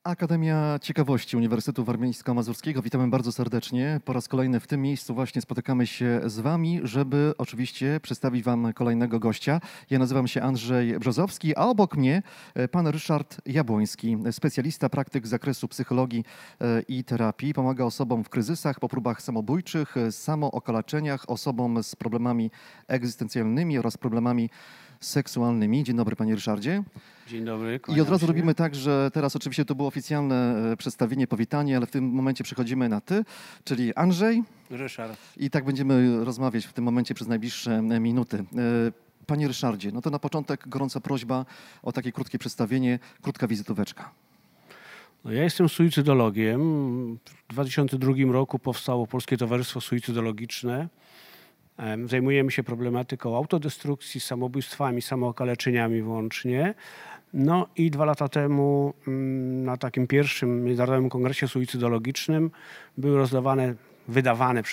Akademia Ciekawości Uniwersytetu Warmińsko-Mazurskiego. Witamy bardzo serdecznie. Po raz kolejny w tym miejscu właśnie spotykamy się z Wami, żeby oczywiście przedstawić Wam kolejnego gościa. Ja nazywam się Andrzej Brzozowski, a obok mnie pan Ryszard Jabłoński, specjalista, praktyk z zakresu psychologii i terapii. Pomaga osobom w kryzysach, po próbach samobójczych, samookaleczeniach, osobom z problemami egzystencjalnymi oraz problemami seksualnymi. Dzień dobry, panie Ryszardzie. Dzień dobry. I od razu robimy tak, że teraz oczywiście to było oficjalne przedstawienie, powitanie, ale w tym momencie przechodzimy na ty, czyli Andrzej. Ryszard. I tak będziemy rozmawiać w tym momencie przez najbliższe minuty. Panie Ryszardzie, no to na początek gorąca prośba o takie krótkie przedstawienie, krótka wizytóweczka. No ja jestem suicydologiem. W 2002 roku powstało Polskie Towarzystwo Suicydologiczne. Zajmujemy się problematyką autodestrukcji, samobójstwami, samookaleczeniami włącznie. No i 2 lata temu na takim pierwszym Międzynarodowym Kongresie Suicydologicznym były wydawane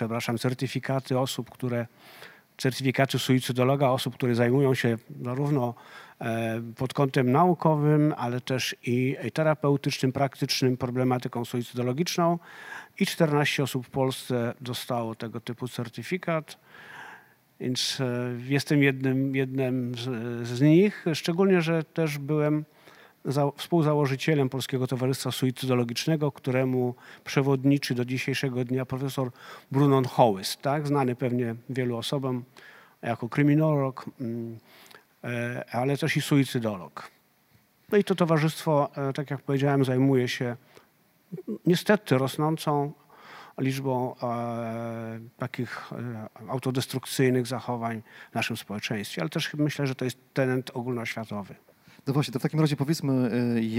certyfikaty suicydologa, osób, które zajmują się zarówno pod kątem naukowym, ale też i terapeutycznym, praktycznym problematyką suicydologiczną. I 14 osób w Polsce dostało tego typu certyfikat. Więc jestem jednym z nich, szczególnie, że też byłem współzałożycielem Polskiego Towarzystwa Suicydologicznego, któremu przewodniczy do dzisiejszego dnia profesor Brunon Hołys, tak? Znany pewnie wielu osobom jako kryminolog, ale też i suicydolog. No i to towarzystwo, tak jak powiedziałem, zajmuje się niestety rosnącą liczbą takich autodestrukcyjnych zachowań w naszym społeczeństwie, ale też myślę, że to jest trend ogólnoświatowy. No właśnie, to w takim razie powiedzmy,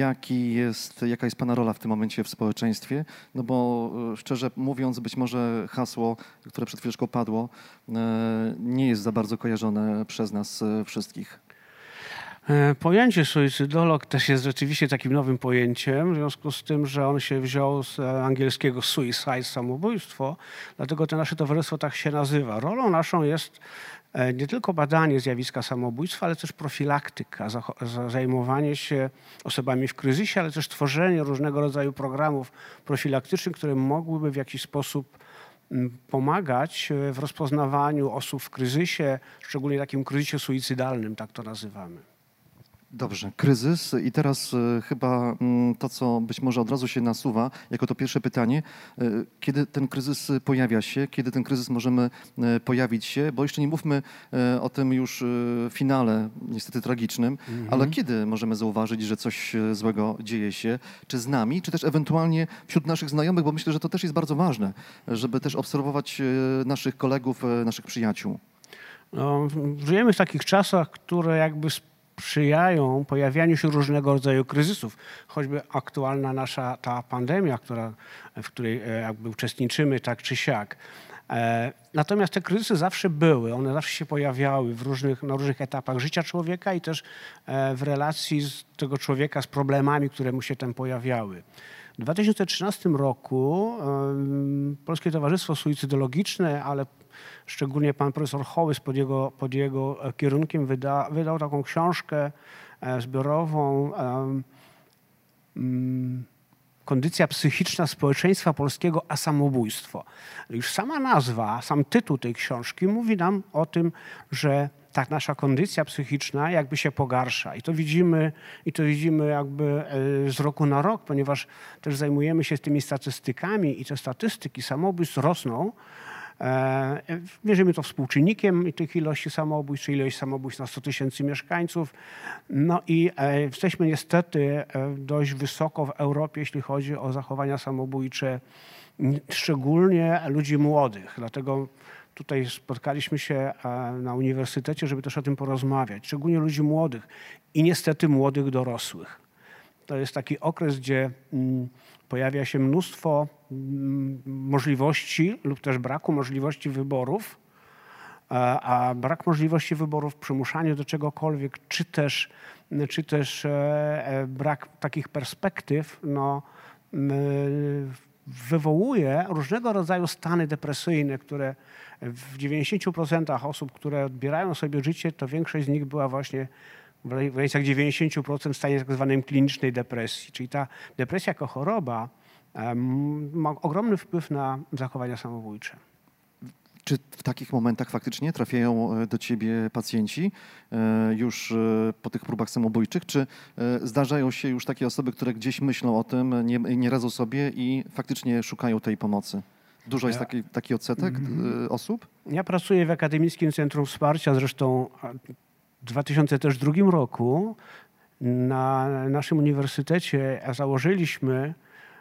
jaka jest pana rola w tym momencie w społeczeństwie, no bo szczerze mówiąc, być może hasło, które przed chwileczką padło, nie jest za bardzo kojarzone przez nas wszystkich. Pojęcie suicydolog też jest rzeczywiście takim nowym pojęciem, w związku z tym, że on się wziął z angielskiego suicide, samobójstwo, dlatego to nasze towarzystwo tak się nazywa. Rolą naszą jest nie tylko badanie zjawiska samobójstwa, ale też profilaktyka, zajmowanie się osobami w kryzysie, ale też tworzenie różnego rodzaju programów profilaktycznych, które mogłyby w jakiś sposób pomagać w rozpoznawaniu osób w kryzysie, szczególnie takim kryzysie suicydalnym, tak to nazywamy. Dobrze, kryzys i teraz chyba to, co być może od razu się nasuwa, jako to pierwsze pytanie, kiedy ten kryzys pojawia się, kiedy ten kryzys możemy pojawić się, bo jeszcze nie mówmy o tym już finale, niestety tragicznym, ale kiedy możemy zauważyć, że coś złego dzieje się, czy z nami, czy też ewentualnie wśród naszych znajomych, bo myślę, że to też jest bardzo ważne, żeby też obserwować naszych kolegów, naszych przyjaciół. No, żyjemy w takich czasach, które jakby sprzyjają pojawianiu się różnego rodzaju kryzysów. Choćby aktualna nasza ta pandemia, w której jakby uczestniczymy tak czy siak. Natomiast te kryzysy zawsze były, one zawsze się pojawiały na różnych etapach życia człowieka i też w relacji z tego człowieka z problemami, które mu się tam pojawiały. W 2013 roku Polskie Towarzystwo Suicydologiczne, ale szczególnie pan profesor Hołys pod jego kierunkiem wydał taką książkę zbiorową Kondycja psychiczna społeczeństwa polskiego a samobójstwo. Już sama nazwa, sam tytuł tej książki mówi nam o tym, że ta nasza kondycja psychiczna jakby się pogarsza. I to widzimy jakby z roku na rok, ponieważ też zajmujemy się tymi statystykami i te statystyki samobójstw rosną. Mierzymy to współczynnikiem tych ilości samobójstw, czy ilość samobójstw na 100 000 mieszkańców. No i jesteśmy niestety dość wysoko w Europie, jeśli chodzi o zachowania samobójcze, szczególnie ludzi młodych. Dlatego tutaj spotkaliśmy się na uniwersytecie, żeby też o tym porozmawiać. Szczególnie ludzi młodych i niestety młodych dorosłych. To jest taki okres, gdzie pojawia się mnóstwo możliwości lub też braku możliwości wyborów, a brak możliwości wyborów, przymuszanie do czegokolwiek, czy też brak takich perspektyw, no, wywołuje różnego rodzaju stany depresyjne, które w 90% osób, które odbierają sobie życie, to większość z nich była właśnie w granicach 90% w stanie tak zwanym klinicznej depresji. Czyli ta depresja jako choroba ma ogromny wpływ na zachowania samobójcze. Czy w takich momentach faktycznie trafiają do ciebie pacjenci już po tych próbach samobójczych? Czy zdarzają się już takie osoby, które gdzieś myślą o tym, nie radzą sobie i faktycznie szukają tej pomocy? Dużo jest taki odsetek osób? Ja pracuję w Akademickim Centrum Wsparcia, zresztą w 2002 roku na naszym uniwersytecie założyliśmy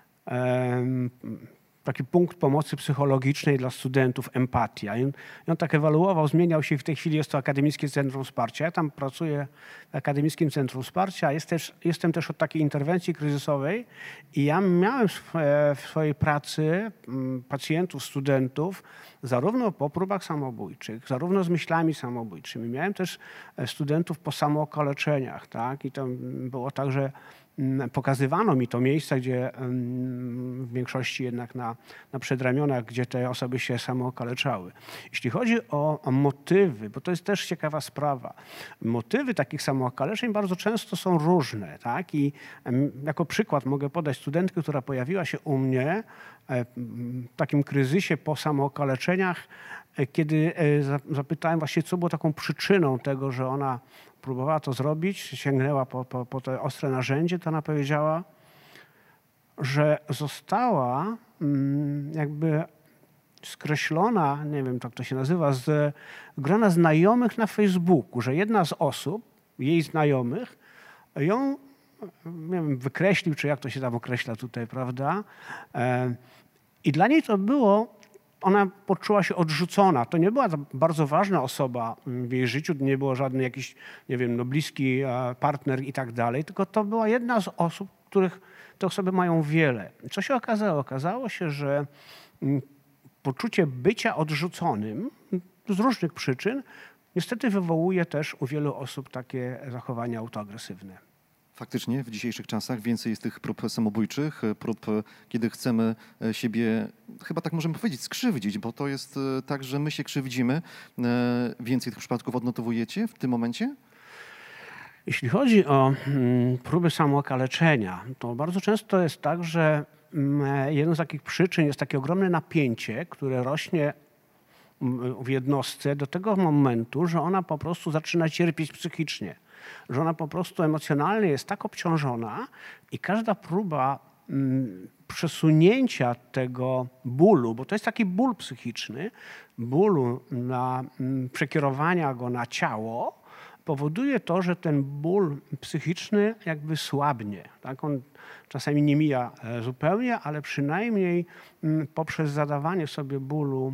taki punkt pomocy psychologicznej dla studentów, Empatia. I on tak ewoluował, zmieniał się. W tej chwili jest to Akademickie Centrum Wsparcia. Ja tam pracuję w Akademickim Centrum Wsparcia. Jestem też od takiej interwencji kryzysowej i ja miałem w swojej pracy pacjentów, studentów, zarówno po próbach samobójczych, zarówno z myślami samobójczymi. Miałem też studentów po samookaleczeniach, tak? I to było tak, że pokazywano mi to miejsca, gdzie w większości jednak na przedramionach, gdzie te osoby się samookaleczały. Jeśli chodzi o motywy, bo to jest też ciekawa sprawa, motywy takich samookaleczeń bardzo często są różne. Tak? I jako przykład mogę podać studentkę, która pojawiła się u mnie w takim kryzysie po samookaleczeniach, kiedy zapytałem właśnie, co było taką przyczyną tego, że ona próbowała to zrobić, sięgnęła po to ostre narzędzie, to ona powiedziała, że została jakby skreślona, nie wiem jak to się nazywa, z grona znajomych na Facebooku, że jedna z osób, jej znajomych, ją nie wiem, wykreślił, czy jak to się tam określa tutaj, prawda? I dla niej to było, ona poczuła się odrzucona. To nie była bardzo ważna osoba w jej życiu, nie było żadny jakiś, nie wiem, no bliski partner i tak dalej, tylko to była jedna z osób, których te osoby mają wiele. Co się okazało? Okazało się, że poczucie bycia odrzuconym z różnych przyczyn niestety wywołuje też u wielu osób takie zachowania autoagresywne. Faktycznie w dzisiejszych czasach więcej jest tych prób samobójczych, prób, kiedy chcemy siebie, chyba tak możemy powiedzieć, skrzywdzić, bo to jest tak, że my się krzywdzimy. Więcej tych przypadków odnotowujecie w tym momencie? Jeśli chodzi o próby samookaleczenia, to bardzo często jest tak, że jedną z takich przyczyn jest takie ogromne napięcie, które rośnie w jednostce do tego momentu, że ona po prostu zaczyna cierpieć psychicznie. Że ona po prostu emocjonalnie jest tak obciążona i każda próba przesunięcia tego bólu, bo to jest taki ból psychiczny, bólu na przekierowania go na ciało, powoduje to, że ten ból psychiczny jakby słabnie. Tak? On czasami nie mija zupełnie, ale przynajmniej poprzez zadawanie sobie bólu,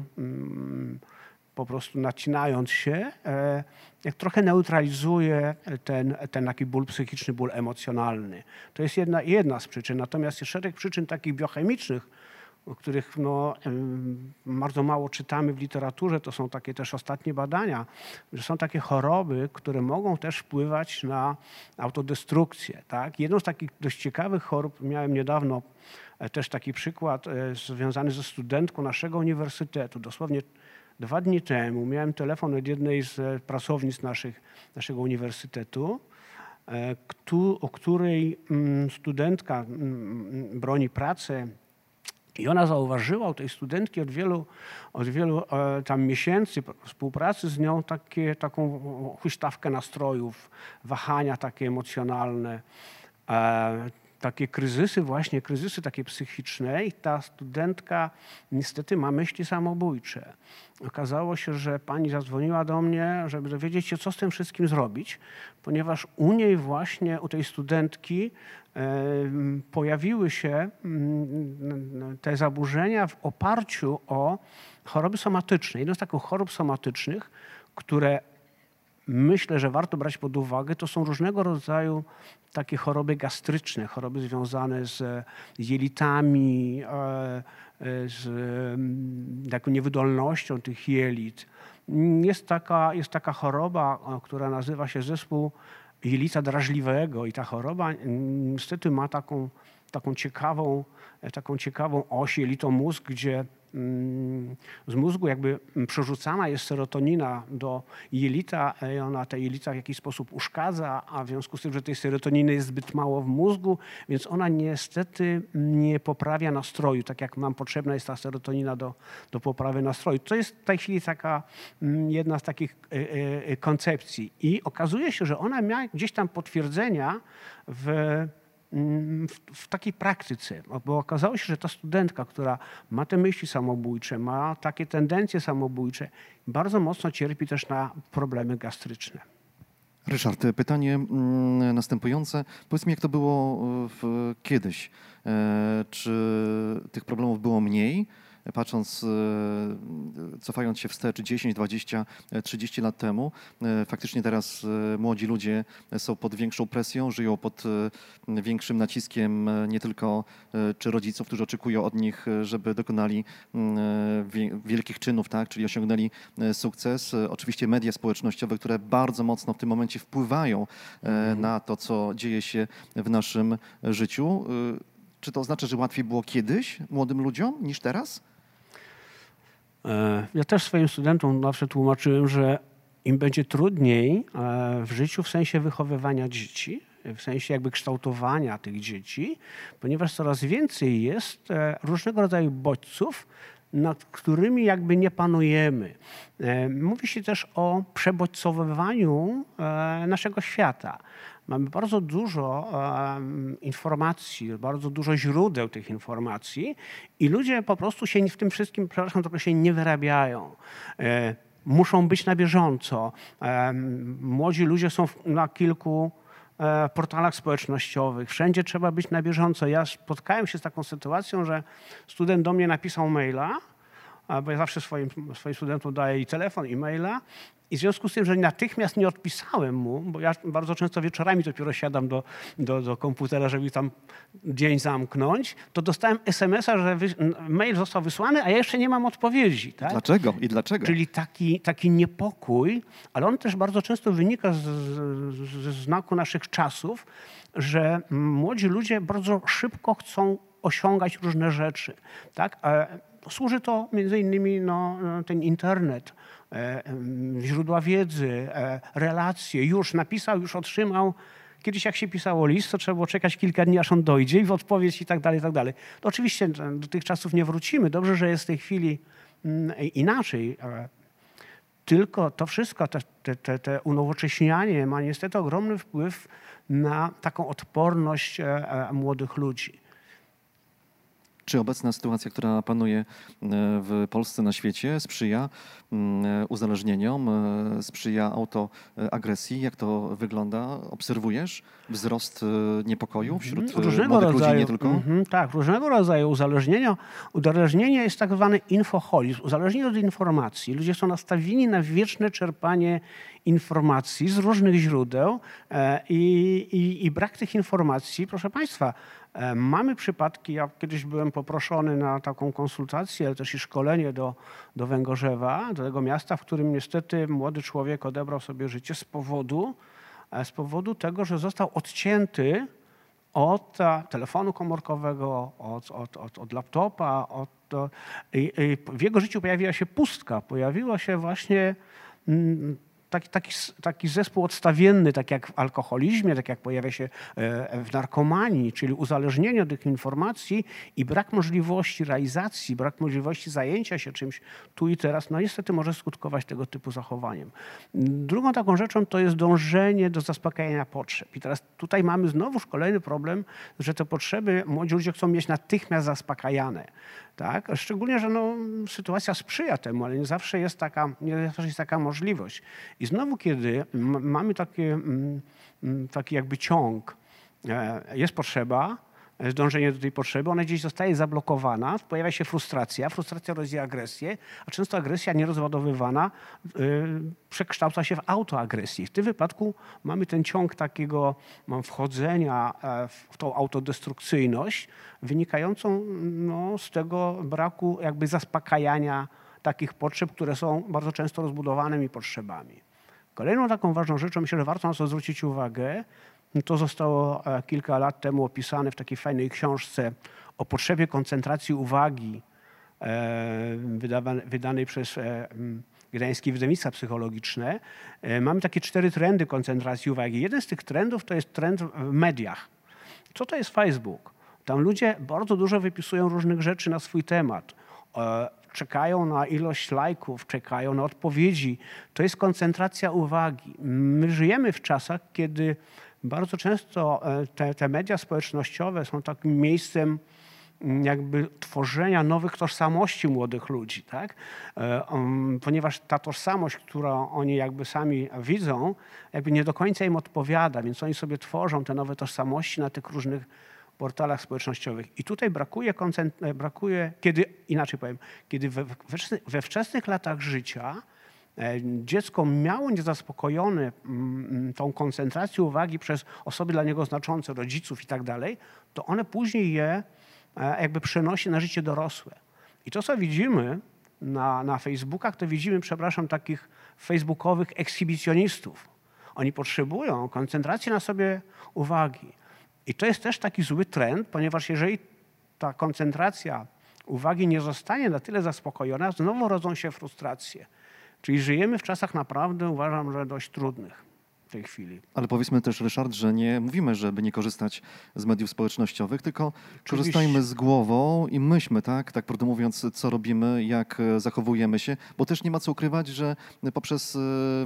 po prostu nacinając się, jak trochę neutralizuje ten taki ból psychiczny, ból emocjonalny. To jest jedna z przyczyn. Natomiast jest szereg przyczyn takich biochemicznych, o których no, bardzo mało czytamy w literaturze. To są takie też ostatnie badania, że są takie choroby, które mogą też wpływać na autodestrukcję. Tak? Jedną z takich dość ciekawych chorób, miałem niedawno też taki przykład związany ze studentką naszego uniwersytetu, dosłownie 2 dni temu miałem telefon od jednej z pracownic naszego uniwersytetu, o której studentka broni pracę i ona zauważyła u tej studentki od wielu tam miesięcy współpracy z nią taką huśtawkę nastrojów, wahania takie emocjonalne, takie kryzysy takie psychiczne i ta studentka niestety ma myśli samobójcze. Okazało się, że pani zadzwoniła do mnie, żeby dowiedzieć się, co z tym wszystkim zrobić, ponieważ u niej właśnie, u tej studentki pojawiły się te zaburzenia w oparciu o choroby somatyczne. Jedną z takich chorób somatycznych, które myślę, że warto brać pod uwagę, to są różnego rodzaju takie choroby gastryczne, choroby związane z jelitami, z taką niewydolnością tych jelit. Jest taka choroba, która nazywa się zespół jelita drażliwego i ta choroba niestety ma taką ciekawą oś jelito-mózg, gdzie z mózgu jakby przerzucana jest serotonina do jelita i ona te jelita w jakiś sposób uszkadza, a w związku z tym, że tej serotoniny jest zbyt mało w mózgu, więc ona niestety nie poprawia nastroju, tak jak nam potrzebna jest ta serotonina do poprawy nastroju. To jest w tej chwili taka jedna z takich koncepcji i okazuje się, że ona miała gdzieś tam potwierdzenia w takiej praktyce, bo okazało się, że ta studentka, która ma te myśli samobójcze, ma takie tendencje samobójcze, bardzo mocno cierpi też na problemy gastryczne. Ryszard, pytanie następujące. Powiedz mi, jak to było kiedyś? Czy tych problemów było mniej? Patrząc, cofając się wstecz 10, 20, 30 lat temu, faktycznie teraz młodzi ludzie są pod większą presją, żyją pod większym naciskiem nie tylko czy rodziców, którzy oczekują od nich, żeby dokonali wielkich czynów, tak, czyli osiągnęli sukces. Oczywiście media społecznościowe, które bardzo mocno w tym momencie wpływają na to, co dzieje się w naszym życiu. Czy to oznacza, że łatwiej było kiedyś młodym ludziom niż teraz? Ja też swoim studentom zawsze tłumaczyłem, że im będzie trudniej w życiu w sensie wychowywania dzieci, w sensie jakby kształtowania tych dzieci, ponieważ coraz więcej jest różnego rodzaju bodźców, nad którymi jakby nie panujemy. Mówi się też o przebodźcowywaniu naszego świata. Mamy bardzo dużo informacji, bardzo dużo źródeł tych informacji i ludzie po prostu się w tym wszystkim, przepraszam, tylko się nie wyrabiają. Muszą być na bieżąco. Młodzi ludzie są na kilku portalach społecznościowych. Wszędzie trzeba być na bieżąco. Ja spotkałem się z taką sytuacją, że student do mnie napisał maila, bo ja zawsze swoim studentom daję i telefon, i maila. I w związku z tym, że natychmiast nie odpisałem mu, bo ja bardzo często wieczorami dopiero siadam do komputera, żeby tam dzień zamknąć, to dostałem SMS-a, że mail został wysłany, a ja jeszcze nie mam odpowiedzi. Tak? Dlaczego? I dlaczego? Czyli taki niepokój, ale on też bardzo często wynika ze znaku naszych czasów, że młodzi ludzie bardzo szybko chcą osiągać różne rzeczy. Tak? Służy to między innymi ten internet, źródła wiedzy, relacje. Już napisał, już otrzymał. Kiedyś jak się pisało list, to trzeba było czekać kilka dni, aż on dojdzie i w odpowiedź i tak dalej, i tak dalej. To oczywiście do tych czasów nie wrócimy. Dobrze, że jest w tej chwili inaczej. Tylko to wszystko, te unowocześnianie ma niestety ogromny wpływ na taką odporność młodych ludzi. Czy obecna sytuacja, która panuje w Polsce, na świecie, sprzyja uzależnieniom, sprzyja autoagresji? Jak to wygląda? Obserwujesz wzrost niepokoju wśród młodych ludzi, nie tylko? Tak, różnego rodzaju uzależnienia. Uzależnienie jest tak zwany infoholizm, uzależnienie od informacji. Ludzie są nastawieni na wieczne czerpanie informacji z różnych źródeł i brak tych informacji, proszę Państwa, mamy przypadki, ja kiedyś byłem poproszony na taką konsultację, ale też i szkolenie do Węgorzewa, do tego miasta, w którym niestety młody człowiek odebrał sobie życie z powodu tego, że został odcięty od telefonu komórkowego, od laptopa. W jego życiu pojawiła się pustka, pojawiła się właśnie taki zespół odstawienny, tak jak w alkoholizmie, tak jak pojawia się w narkomanii, czyli uzależnienie od tych informacji i brak możliwości realizacji, brak możliwości zajęcia się czymś tu i teraz, no niestety może skutkować tego typu zachowaniem. Drugą taką rzeczą to jest dążenie do zaspokajania potrzeb. I teraz tutaj mamy znowuż kolejny problem, że te potrzeby młodzi ludzie chcą mieć natychmiast zaspokajane. Tak? Szczególnie, że sytuacja sprzyja temu, ale nie zawsze jest taka możliwość. I znowu, kiedy mamy taki jakby ciąg, jest potrzeba, dążenie do tej potrzeby, ona gdzieś zostaje zablokowana, pojawia się frustracja rozwija agresję, a często agresja nierozładowywana przekształca się w autoagresję. W tym wypadku mamy ten ciąg takiego wchodzenia w tą autodestrukcyjność, wynikającą z tego braku jakby zaspokajania takich potrzeb, które są bardzo często rozbudowanymi potrzebami. Kolejną taką ważną rzeczą, myślę, że warto na to zwrócić uwagę, to zostało kilka lat temu opisane w takiej fajnej książce o potrzebie koncentracji uwagi wydanej przez Gdańskie Wydawnictwa Psychologiczne, mamy takie 4 trendy koncentracji uwagi. Jeden z tych trendów to jest trend w mediach. Co to jest Facebook? Tam ludzie bardzo dużo wypisują różnych rzeczy na swój temat. Czekają na ilość lajków, czekają na odpowiedzi. To jest koncentracja uwagi. My żyjemy w czasach, kiedy bardzo często te media społecznościowe są takim miejscem jakby tworzenia nowych tożsamości młodych ludzi, tak? Ponieważ ta tożsamość, którą oni jakby sami widzą, jakby nie do końca im odpowiada, więc oni sobie tworzą te nowe tożsamości na tych różnych portalach społecznościowych. I tutaj brakuje, kiedy, inaczej powiem, kiedy we wczesnych latach życia dziecko miało niezaspokojone tą koncentrację uwagi przez osoby dla niego znaczące, rodziców i tak dalej, to one później je jakby przenosi na życie dorosłe. I to, co widzimy na Facebookach, to widzimy, przepraszam, takich facebookowych ekshibicjonistów. Oni potrzebują koncentracji na sobie uwagi. I to jest też taki zły trend, ponieważ jeżeli ta koncentracja uwagi nie zostanie na tyle zaspokojona, znowu rodzą się frustracje. Czyli żyjemy w czasach naprawdę, uważam, że dość trudnych w tej chwili. Ale powiedzmy też, Ryszard, że nie mówimy, żeby nie korzystać z mediów społecznościowych, tylko korzystajmy z głową i myślmy, tak prawdę mówiąc, co robimy, jak zachowujemy się, bo też nie ma co ukrywać, że poprzez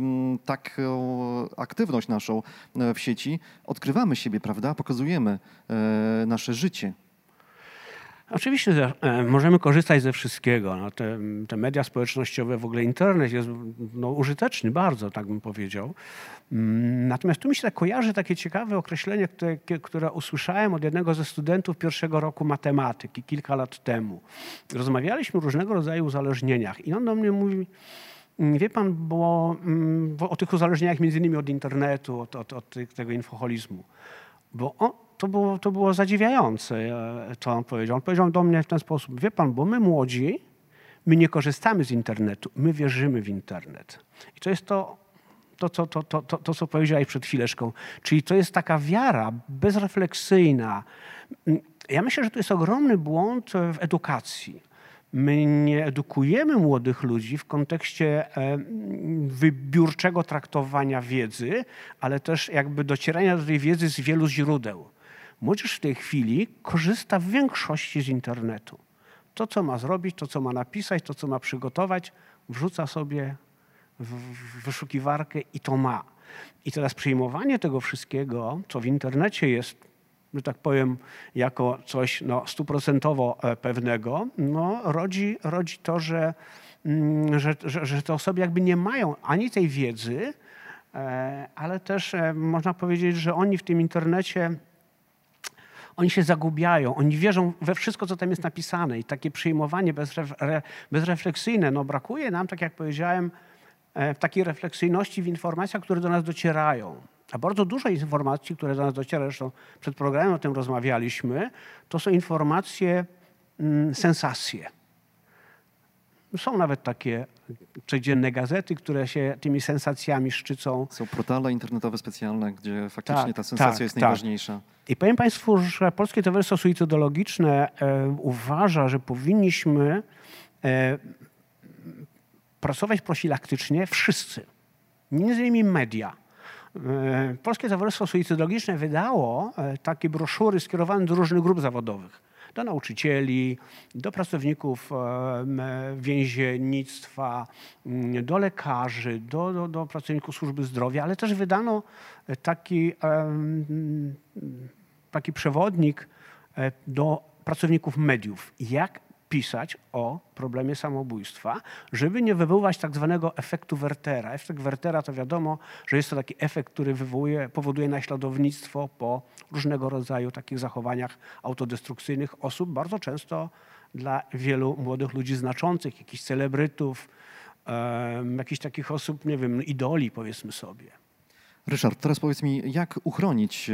taką aktywność naszą w sieci odkrywamy siebie, prawda? Pokazujemy nasze życie. Oczywiście możemy korzystać ze wszystkiego. No, te media społecznościowe, w ogóle internet jest użyteczny bardzo, tak bym powiedział. Natomiast tu mi się tak kojarzy takie ciekawe określenie, które usłyszałem od jednego ze studentów pierwszego roku matematyki kilka lat temu. Rozmawialiśmy o różnego rodzaju uzależnieniach i on do mnie mówi: wie pan, bo o tych uzależnieniach między innymi od internetu, od tego infoholizmu. To było zadziwiające, co on powiedział. On powiedział do mnie w ten sposób: wie pan, bo my młodzi, my nie korzystamy z internetu, my wierzymy w internet. I to jest to, co powiedziałeś przed chwileczką. Czyli to jest taka wiara bezrefleksyjna. Ja myślę, że to jest ogromny błąd w edukacji. My nie edukujemy młodych ludzi w kontekście wybiórczego traktowania wiedzy, ale też jakby docierania do tej wiedzy z wielu źródeł. Młodzież w tej chwili korzysta w większości z internetu. To, co ma zrobić, to, co ma napisać, to, co ma przygotować, wrzuca sobie w wyszukiwarkę i to ma. I teraz przyjmowanie tego wszystkiego, co w internecie jest, że tak powiem, jako coś stuprocentowo pewnego, rodzi to, że te osoby jakby nie mają ani tej wiedzy, ale też można powiedzieć, że oni w tym internecie oni się zagubiają, oni wierzą we wszystko, co tam jest napisane i takie przyjmowanie bezrefleksyjne, brakuje nam, tak jak powiedziałem, takiej refleksyjności w informacjach, które do nas docierają. A bardzo dużo informacji, które do nas dociera, zresztą przed programem o tym rozmawialiśmy, to są informacje, sensacje. Są nawet takie codzienne gazety, które się tymi sensacjami szczycą. Są portale internetowe specjalne, gdzie faktycznie ta sensacja jest najważniejsza. I powiem państwu, że Polskie Towarzystwo Suicydologiczne uważa, że powinniśmy pracować profilaktycznie wszyscy, między innymi media. Polskie Towarzystwo Suicydologiczne wydało takie broszury skierowane do różnych grup zawodowych. Do nauczycieli, do pracowników więziennictwa, do lekarzy, do pracowników służby zdrowia, ale też wydano taki przewodnik do pracowników mediów. Jak pisać o problemie samobójstwa, żeby nie wywoływać tak zwanego efektu Wertera. Efekt Wertera to wiadomo, że jest to taki efekt, który powoduje naśladownictwo po różnego rodzaju takich zachowaniach autodestrukcyjnych osób, bardzo często dla wielu młodych ludzi znaczących, jakichś celebrytów, jakichś takich osób, nie wiem, idoli, powiedzmy sobie. Ryszard, teraz powiedz mi, jak uchronić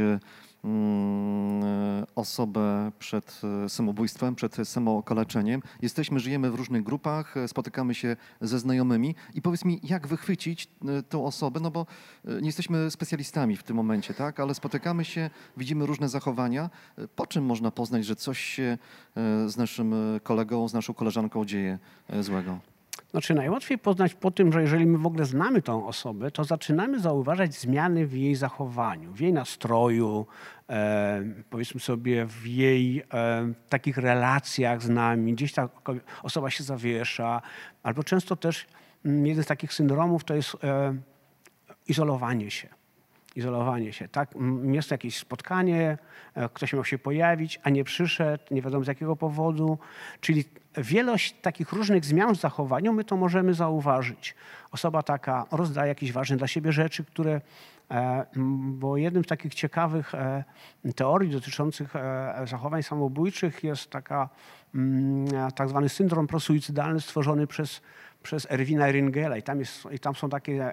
osobę przed samobójstwem, przed samookaleczeniem? Żyjemy w różnych grupach, spotykamy się ze znajomymi i powiedz mi, jak wychwycić tę osobę, no bo nie jesteśmy specjalistami w tym momencie, tak? Ale spotykamy się, widzimy różne zachowania. Po czym można poznać, że coś się z naszym kolegą, z naszą koleżanką dzieje złego? Znaczy najłatwiej poznać po tym, że jeżeli my w ogóle znamy tą osobę, to zaczynamy zauważać zmiany w jej zachowaniu, w jej nastroju, powiedzmy sobie w jej takich relacjach z nami. Gdzieś ta osoba się zawiesza, albo często też jeden z takich syndromów to jest izolowanie się. Izolowanie się, tak? Jest jakieś spotkanie, ktoś miał się pojawić, a nie przyszedł, nie wiadomo z jakiego powodu. Czyli wielość takich różnych zmian w zachowaniu my to możemy zauważyć. Osoba taka rozdaje jakieś ważne dla siebie rzeczy, które, bo jednym z takich ciekawych teorii dotyczących zachowań samobójczych jest taka tak zwany syndrom prosuicydalny stworzony przez Erwina Ringela i tam są takie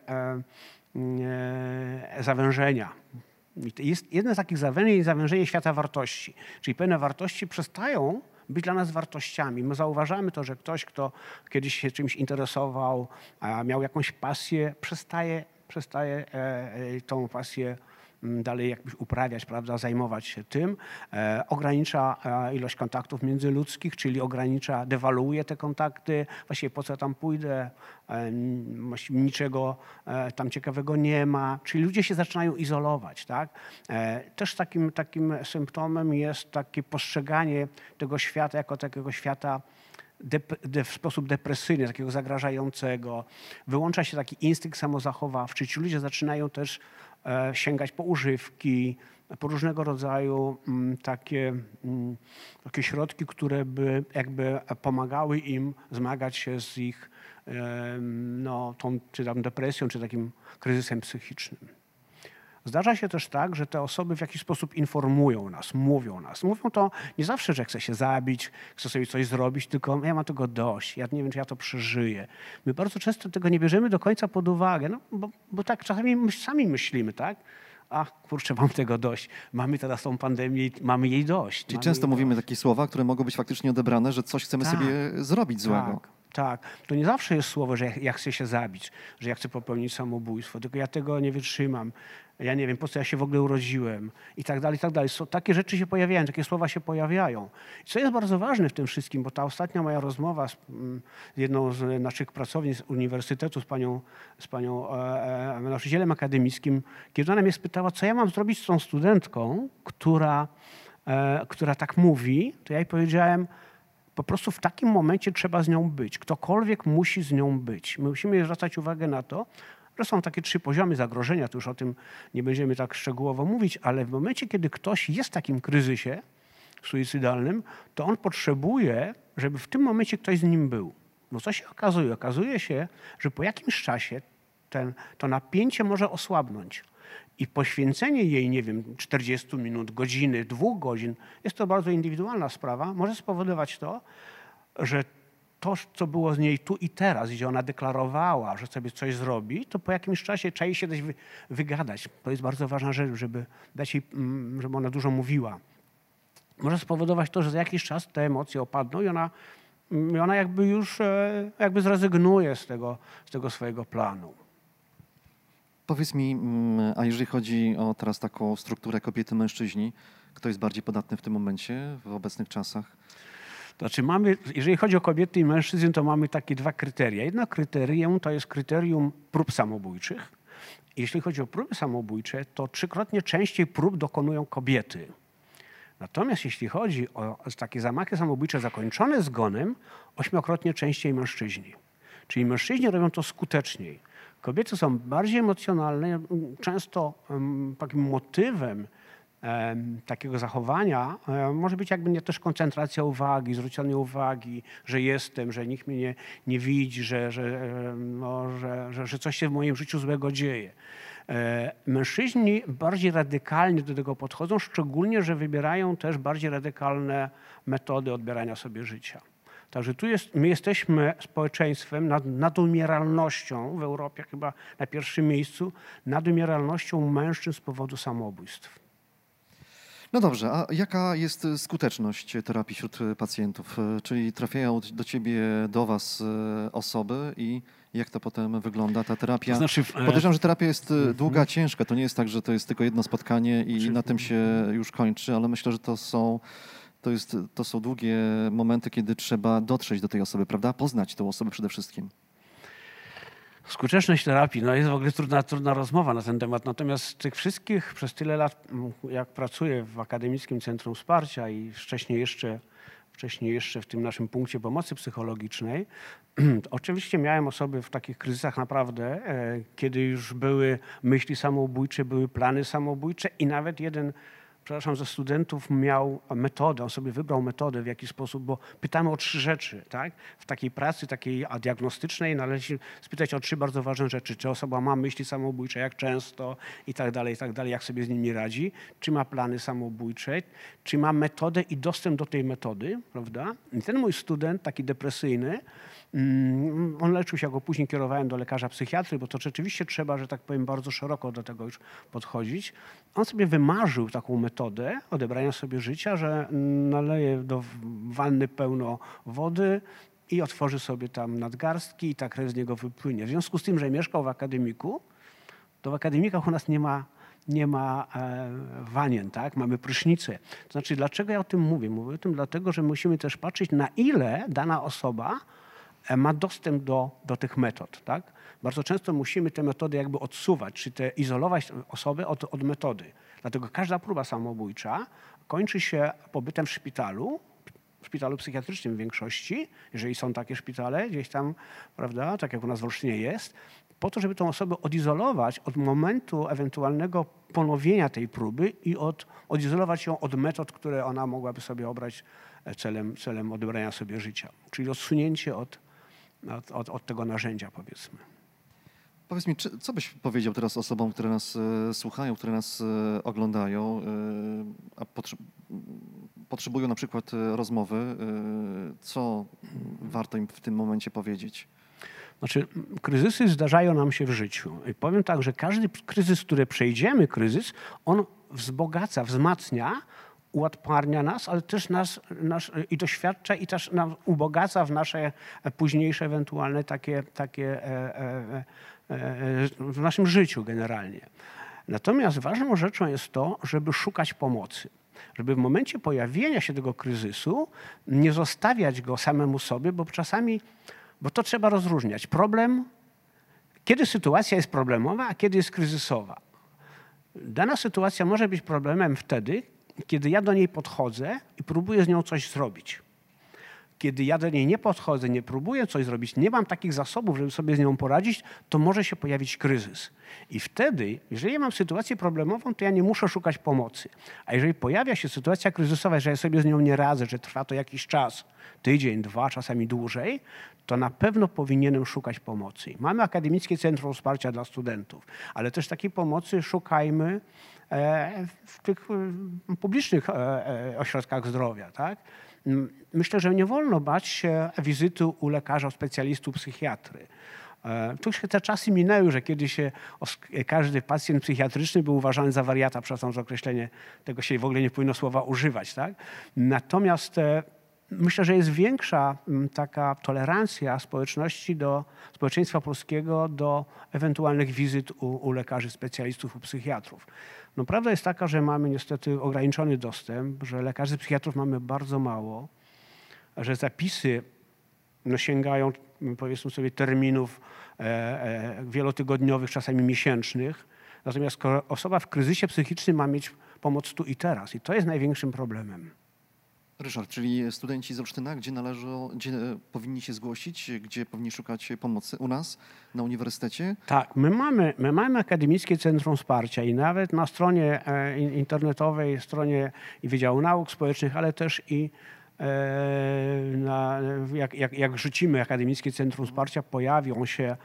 zawężenia. Jest jedno z takich zawężeń jest zawężenie świata wartości. Czyli pewne wartości przestają być dla nas wartościami. My zauważamy to, że ktoś, kto kiedyś się czymś interesował, miał jakąś pasję, przestaje tą pasję dalej jakbyś uprawiać, prawda, zajmować się tym, ogranicza ilość kontaktów międzyludzkich, czyli ogranicza, dewaluuje te kontakty, właściwie po co ja tam pójdę, niczego tam ciekawego nie ma, czyli ludzie się zaczynają izolować, tak? Też takim symptomem jest takie postrzeganie tego świata jako takiego świata w sposób depresyjny, takiego zagrażającego. Wyłącza się taki instynkt samozachowawczy. Ci ludzie zaczynają też sięgać po używki, po różnego rodzaju takie środki, które by jakby pomagały im zmagać się z ich czy tam depresją, czy takim kryzysem psychicznym. Zdarza się też tak, że te osoby w jakiś sposób informują nas, mówią nas. Mówią to nie zawsze, że chce się zabić, chce sobie coś zrobić, tylko ja mam tego dość, ja nie wiem, czy ja to przeżyję. My bardzo często tego nie bierzemy do końca pod uwagę, bo tak czasami sami myślimy, tak? Ach, kurczę, mam tego dość. Mamy teraz tą pandemię i mamy jej dość. Czyli często mówimy takie słowa, które mogą być faktycznie odebrane, że coś chcemy sobie zrobić złego. Tak, to nie zawsze jest słowo, że ja chcę się zabić, że ja chcę popełnić samobójstwo, tylko ja tego nie wytrzymam. Ja nie wiem, po co ja się w ogóle urodziłem i tak dalej, i tak dalej. Takie rzeczy się pojawiają, takie słowa się pojawiają. I co jest bardzo ważne w tym wszystkim, bo ta ostatnia moja rozmowa z jedną z naszych pracownic z uniwersytetu, z panią nauczycielem akademickim, kiedy ona mnie spytała, co ja mam zrobić z tą studentką, która tak mówi, to ja jej powiedziałem, po prostu w takim momencie trzeba z nią być. Ktokolwiek musi z nią być. My musimy zwracać uwagę na to, że są takie 3 poziomy zagrożenia, to już o tym nie będziemy tak szczegółowo mówić, ale w momencie, kiedy ktoś jest w takim kryzysie suicydalnym, to on potrzebuje, żeby w tym momencie ktoś z nim był. No co się okazuje? Okazuje się, że po jakimś czasie to napięcie może osłabnąć. I poświęcenie jej, nie wiem, 40 minut, godziny, 2 godzin, jest to bardzo indywidualna sprawa, może spowodować to, że to, co było z niej tu i teraz, gdzie ona deklarowała, że sobie coś zrobi, to po jakimś czasie trzeba jej się dać wygadać. To jest bardzo ważna rzecz, żeby dać jej, żeby ona dużo mówiła. Może spowodować to, że za jakiś czas te emocje opadną i ona jakby już zrezygnuje z tego swojego planu. Powiedz mi, a jeżeli chodzi o teraz taką strukturę kobiety-mężczyźni, kto jest bardziej podatny w tym momencie, w obecnych czasach? To znaczy jeżeli chodzi o kobiety i mężczyzn, to mamy takie 2 kryteria. Jedno kryterium to jest kryterium prób samobójczych. Jeśli chodzi o próby samobójcze, to 3-krotnie częściej prób dokonują kobiety. Natomiast jeśli chodzi o takie zamachy samobójcze zakończone zgonem, 8-krotnie częściej mężczyźni. Czyli mężczyźni robią to skuteczniej. Kobiety są bardziej emocjonalne, często takim motywem takiego zachowania może być jakby też koncentracja uwagi, zwrócenie uwagi, że jestem, że nikt mnie nie widzi, że coś się w moim życiu złego dzieje. Mężczyźni bardziej radykalnie do tego podchodzą, szczególnie, że wybierają też bardziej radykalne metody odbierania sobie życia. Także my jesteśmy społeczeństwem nad umieralnością w Europie chyba na pierwszym miejscu, nad umieralnością mężczyzn z powodu samobójstw. No dobrze, a jaka jest skuteczność terapii wśród pacjentów? Czyli trafiają do ciebie, do was osoby i jak to potem wygląda, ta terapia? To znaczy, Podejrzewam, że terapia jest długa, ciężka. To nie jest tak, że to jest tylko jedno spotkanie i na tym się już kończy, ale myślę, że to są długie momenty, kiedy trzeba dotrzeć do tej osoby, prawda? Poznać tę osobę przede wszystkim. Skuteczność terapii, no jest w ogóle trudna rozmowa na ten temat. Natomiast tych wszystkich przez tyle lat, jak pracuję w Akademickim Centrum Wsparcia i wcześniej jeszcze w tym naszym punkcie pomocy psychologicznej, oczywiście miałem osoby w takich kryzysach naprawdę, kiedy już były myśli samobójcze, były plany samobójcze i nawet jeden ze studentów miał metodę, on sobie wybrał metodę w jakiś sposób, bo pytamy o 3 rzeczy, tak? W takiej pracy, takiej diagnostycznej należy spytać o 3 bardzo ważne rzeczy. Czy osoba ma myśli samobójcze, jak często i tak dalej, jak sobie z nimi radzi, czy ma plany samobójcze, czy ma metodę i dostęp do tej metody, prawda? I ten mój student, taki depresyjny, on leczył się, ja go później kierowałem do lekarza psychiatry, bo to rzeczywiście trzeba, że tak powiem, bardzo szeroko do tego już podchodzić. On sobie wymarzył taką metodę odebrania sobie życia, że naleje do wanny pełno wody i otworzy sobie tam nadgarstki i ta krew z niego wypłynie. W związku z tym, że mieszkał w akademiku, to w akademikach u nas nie ma wanien, tak? Mamy prysznice. To znaczy, dlaczego ja o tym mówię? Mówię o tym dlatego, że musimy też patrzeć, na ile dana osoba ma dostęp do tych metod, tak? Bardzo często musimy te metody jakby odsuwać, czy izolować osobę od metody. Dlatego każda próba samobójcza kończy się pobytem w szpitalu psychiatrycznym w większości, jeżeli są takie szpitale gdzieś tam, prawda, tak jak u nas w Olsztynie jest, po to, żeby tę osobę odizolować od momentu ewentualnego ponowienia tej próby i odizolować ją od metod, które ona mogłaby sobie obrać celem odebrania sobie życia. Czyli odsunięcie od tego narzędzia, powiedzmy. Powiedz mi, co byś powiedział teraz osobom, które nas słuchają, które nas oglądają, a potrzebują na przykład rozmowy, co warto im w tym momencie powiedzieć? Znaczy, kryzysy zdarzają nam się w życiu. I powiem tak, że każdy kryzys, który przejdziemy, on wzbogaca, wzmacnia, uodparnia nas, ale też nas i doświadcza i też nam ubogaca w nasze późniejsze ewentualne takie w naszym życiu generalnie. Natomiast ważną rzeczą jest to, żeby szukać pomocy. Żeby w momencie pojawienia się tego kryzysu nie zostawiać go samemu sobie, bo to trzeba rozróżniać. Problem, kiedy sytuacja jest problemowa, a kiedy jest kryzysowa. Dana sytuacja może być problemem wtedy, kiedy ja do niej podchodzę i próbuję z nią coś zrobić. Kiedy ja do niej nie podchodzę, nie próbuję coś zrobić, nie mam takich zasobów, żeby sobie z nią poradzić, to może się pojawić kryzys. I wtedy, jeżeli ja mam sytuację problemową, to ja nie muszę szukać pomocy. A jeżeli pojawia się sytuacja kryzysowa, że ja sobie z nią nie radzę, że trwa to jakiś czas, tydzień, 2, czasami dłużej, to na pewno powinienem szukać pomocy. Mamy Akademickie Centrum Wsparcia dla Studentów, ale też takiej pomocy szukajmy w tych publicznych ośrodkach zdrowia, tak? Myślę, że nie wolno bać się wizyty u lekarza, specjalisty, psychiatry. Tu się te czasy minęły, że kiedyś każdy pacjent psychiatryczny był uważany za wariata, przepraszam za określenie, tego się w ogóle nie powinno słowa używać, tak? Natomiast myślę, że jest większa taka tolerancja społeczeństwa polskiego do ewentualnych wizyt u lekarzy, specjalistów, u psychiatrów. No, prawda jest taka, że mamy niestety ograniczony dostęp, że lekarzy psychiatrów mamy bardzo mało, że zapisy sięgają, powiedzmy sobie, terminów wielotygodniowych, czasami miesięcznych. Natomiast osoba w kryzysie psychicznym ma mieć pomoc tu i teraz i to jest największym problemem. Ryszard, czyli studenci z Olsztyna, gdzie powinni się zgłosić, gdzie powinni szukać pomocy? U nas, na uniwersytecie? Tak, my mamy Akademickie Centrum Wsparcia i nawet na stronie internetowej, stronie i Wydziału Nauk Społecznych, ale też i jak rzucimy Akademickie Centrum Wsparcia, pojawią się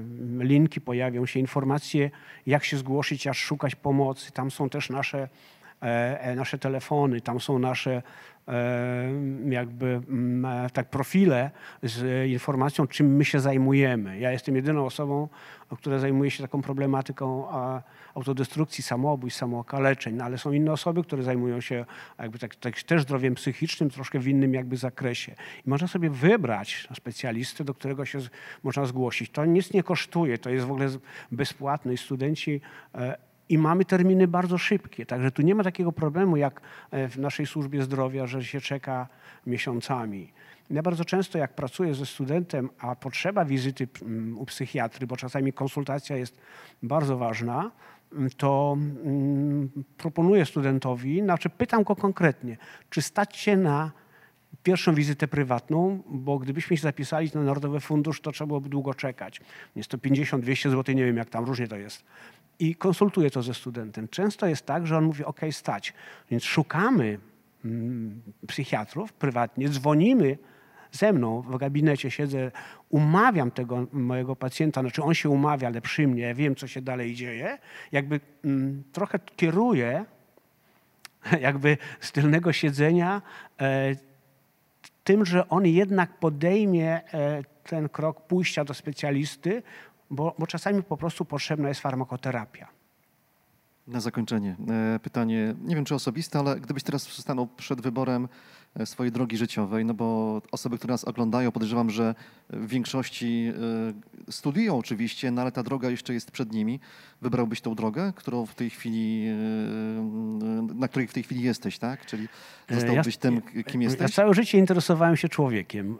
linki, pojawią się informacje, jak się zgłosić, jak szukać pomocy. Tam są też nasze nasze telefony, tam są nasze jakby tak profile z informacją, czym my się zajmujemy. Ja jestem jedyną osobą, która zajmuje się taką problematyką autodestrukcji, samobójstw, samookaleczeń, no, ale są inne osoby, które zajmują się jakby tak też zdrowiem psychicznym, troszkę w innym jakby zakresie. I można sobie wybrać specjalistę, do którego się można zgłosić. To nic nie kosztuje, to jest w ogóle bezpłatne i studenci i mamy terminy bardzo szybkie, także tu nie ma takiego problemu jak w naszej służbie zdrowia, że się czeka miesiącami. Ja bardzo często jak pracuję ze studentem, a potrzeba wizyty u psychiatry, bo czasami konsultacja jest bardzo ważna, to proponuję studentowi, znaczy pytam go konkretnie, czy stać się na pierwszą wizytę prywatną, bo gdybyśmy się zapisali na Narodowy Fundusz, to trzeba byłoby długo czekać. Jest to 50-200 zł, nie wiem jak tam, różnie to jest. I konsultuję to ze studentem. Często jest tak, że on mówi, ok, stać. Więc szukamy psychiatrów prywatnie, dzwonimy ze mną, w gabinecie siedzę, umawiam tego mojego pacjenta, znaczy on się umawia, ale przy mnie, ja wiem, co się dalej dzieje. Jakby trochę kieruję jakby z tylnego siedzenia tym, że on jednak podejmie ten krok pójścia do specjalisty, bo czasami po prostu potrzebna jest farmakoterapia. Na zakończenie pytanie, nie wiem czy osobiste, ale gdybyś teraz stanął przed wyborem swojej drogi życiowej, no bo osoby, które nas oglądają, podejrzewam, że w większości studiują oczywiście, no ale ta droga jeszcze jest przed nimi. Wybrałbyś tą drogę, którą w tej chwili, na której w tej chwili jesteś, tak? Czyli zostałbyś tym, kim jesteś? Ja całe życie interesowałem się człowiekiem.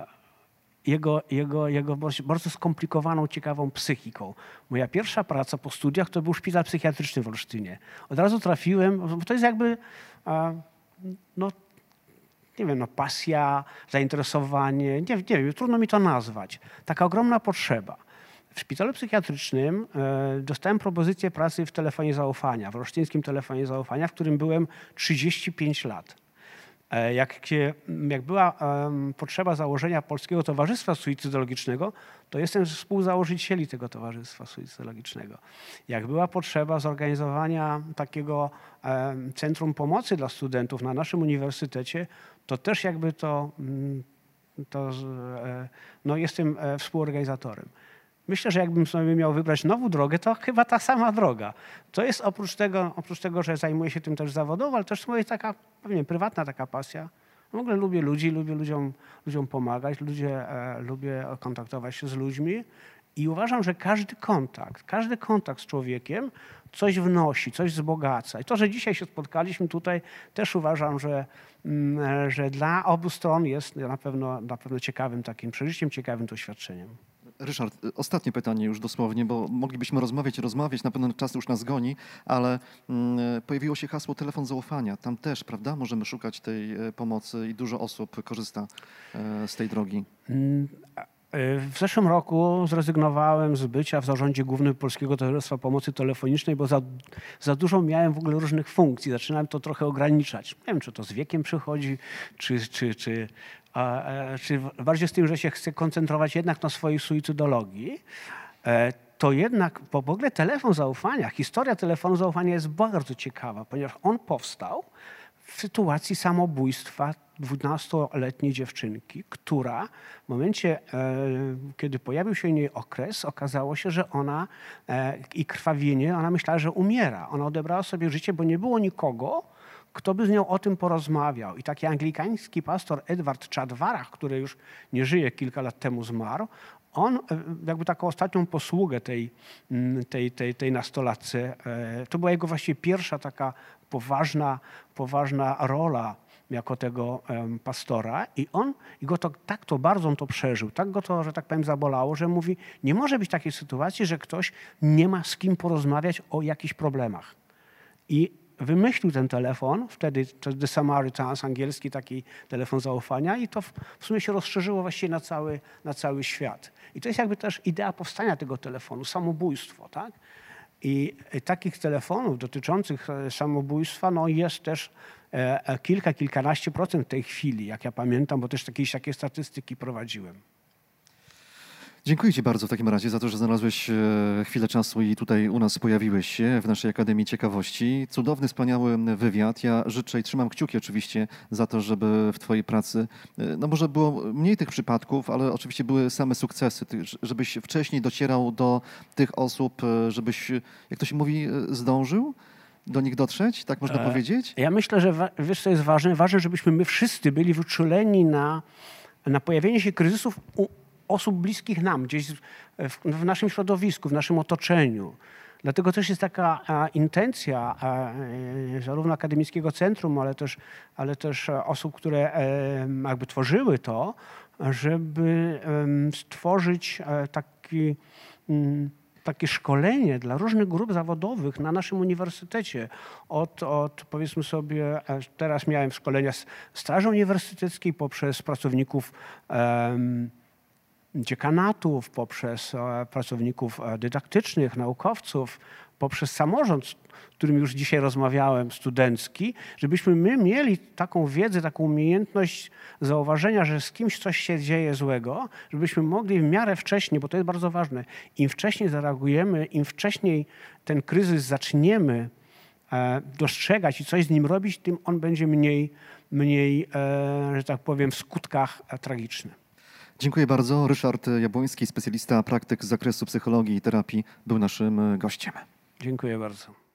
Jego bardzo skomplikowaną, ciekawą psychiką. Moja pierwsza praca po studiach to był szpital psychiatryczny w Olsztynie. Od razu trafiłem, bo to jest jakby, no nie wiem, no pasja, zainteresowanie, nie wiem, trudno mi to nazwać. Taka ogromna potrzeba. W szpitalu psychiatrycznym dostałem propozycję pracy w telefonie zaufania, w olsztyńskim telefonie zaufania, w którym byłem 35 lat. Jak była potrzeba założenia Polskiego Towarzystwa Suicydologicznego, to jestem z współzałożycieli tego Towarzystwa Suicydologicznego. Jak była potrzeba zorganizowania takiego centrum pomocy dla studentów na naszym uniwersytecie, to też jakby no jestem współorganizatorem. Myślę, że jakbym sobie miał wybrać nową drogę, to chyba ta sama droga. To jest oprócz tego, że zajmuję się tym też zawodowo, ale też moja taka pewnie prywatna taka pasja. W ogóle lubię ludzi, lubię ludziom pomagać, lubię kontaktować się z ludźmi i uważam, że każdy kontakt z człowiekiem coś wnosi, coś wzbogaca. I to, że dzisiaj się spotkaliśmy tutaj, też uważam, że dla obu stron jest na pewno ciekawym takim przeżyciem, ciekawym doświadczeniem. Ryszard, ostatnie pytanie już dosłownie, bo moglibyśmy rozmawiać, na pewno czas już nas goni, ale pojawiło się hasło telefon zaufania. Tam też, prawda, możemy szukać tej pomocy i dużo osób korzysta z tej drogi. W zeszłym roku zrezygnowałem z bycia w zarządzie głównym Polskiego Towarzystwa Pomocy Telefonicznej, bo za dużo miałem w ogóle różnych funkcji. Zaczynałem to trochę ograniczać. Nie wiem, czy to z wiekiem przychodzi, czy bardziej z tym, że się chcę koncentrować jednak na swojej suicydologii. To jednak w ogóle telefon zaufania, historia telefonu zaufania jest bardzo ciekawa, ponieważ on powstał w sytuacji samobójstwa 12-letniej dziewczynki, która w momencie, kiedy pojawił się u niej okres, okazało się, że ona i krwawienie, ona myślała, że umiera. Ona odebrała sobie życie, bo nie było nikogo, kto by z nią o tym porozmawiał. I taki anglikański pastor Edward Chadwarach, który już nie żyje, kilka lat temu zmarł, on jakby taką ostatnią posługę tej nastolatce, to była jego właściwie pierwsza taka poważna rola jako tego pastora i tak to bardzo on to przeżył, tak go to, że tak powiem, zabolało, że mówi, nie może być takiej sytuacji, że ktoś nie ma z kim porozmawiać o jakichś problemach. I wymyślił ten telefon, wtedy to The Samaritans, angielski taki telefon zaufania i to w sumie się rozszerzyło właściwie na cały świat. I to jest jakby też idea powstania tego telefonu, samobójstwo, tak? I takich telefonów dotyczących samobójstwa no jest też kilkanaście procent w tej chwili, jak ja pamiętam, bo też jakieś takie statystyki prowadziłem. Dziękuję Ci bardzo w takim razie za to, że znalazłeś chwilę czasu i tutaj u nas pojawiłeś się w naszej Akademii Ciekawości. Cudowny, wspaniały wywiad. Ja życzę i trzymam kciuki oczywiście za to, żeby w Twojej pracy, no może było mniej tych przypadków, ale oczywiście były same sukcesy, żebyś wcześniej docierał do tych osób, żebyś, jak to się mówi, zdążył do nich dotrzeć, tak można powiedzieć? Ja myślę, że wiesz, co jest ważne? Ważne, żebyśmy my wszyscy byli wyczuleni na pojawienie się kryzysów u osób bliskich nam, gdzieś w naszym środowisku, w naszym otoczeniu. Dlatego też jest taka intencja zarówno Akademickiego Centrum, ale też osób, które jakby tworzyły to, żeby stworzyć takie szkolenie dla różnych grup zawodowych na naszym uniwersytecie. Od powiedzmy sobie, teraz miałem szkolenia z Straży Uniwersyteckiej poprzez pracowników dziekanatów, poprzez pracowników dydaktycznych, naukowców, poprzez samorząd, z którym już dzisiaj rozmawiałem, studencki, żebyśmy my mieli taką wiedzę, taką umiejętność zauważenia, że z kimś coś się dzieje złego, żebyśmy mogli w miarę wcześnie, bo to jest bardzo ważne, im wcześniej zareagujemy, im wcześniej ten kryzys zaczniemy dostrzegać i coś z nim robić, tym on będzie mniej, że tak powiem, w skutkach tragiczny. Dziękuję bardzo. Ryszard Jabłoński, specjalista, praktyk z zakresu psychologii i terapii, był naszym gościem. Dziękuję bardzo.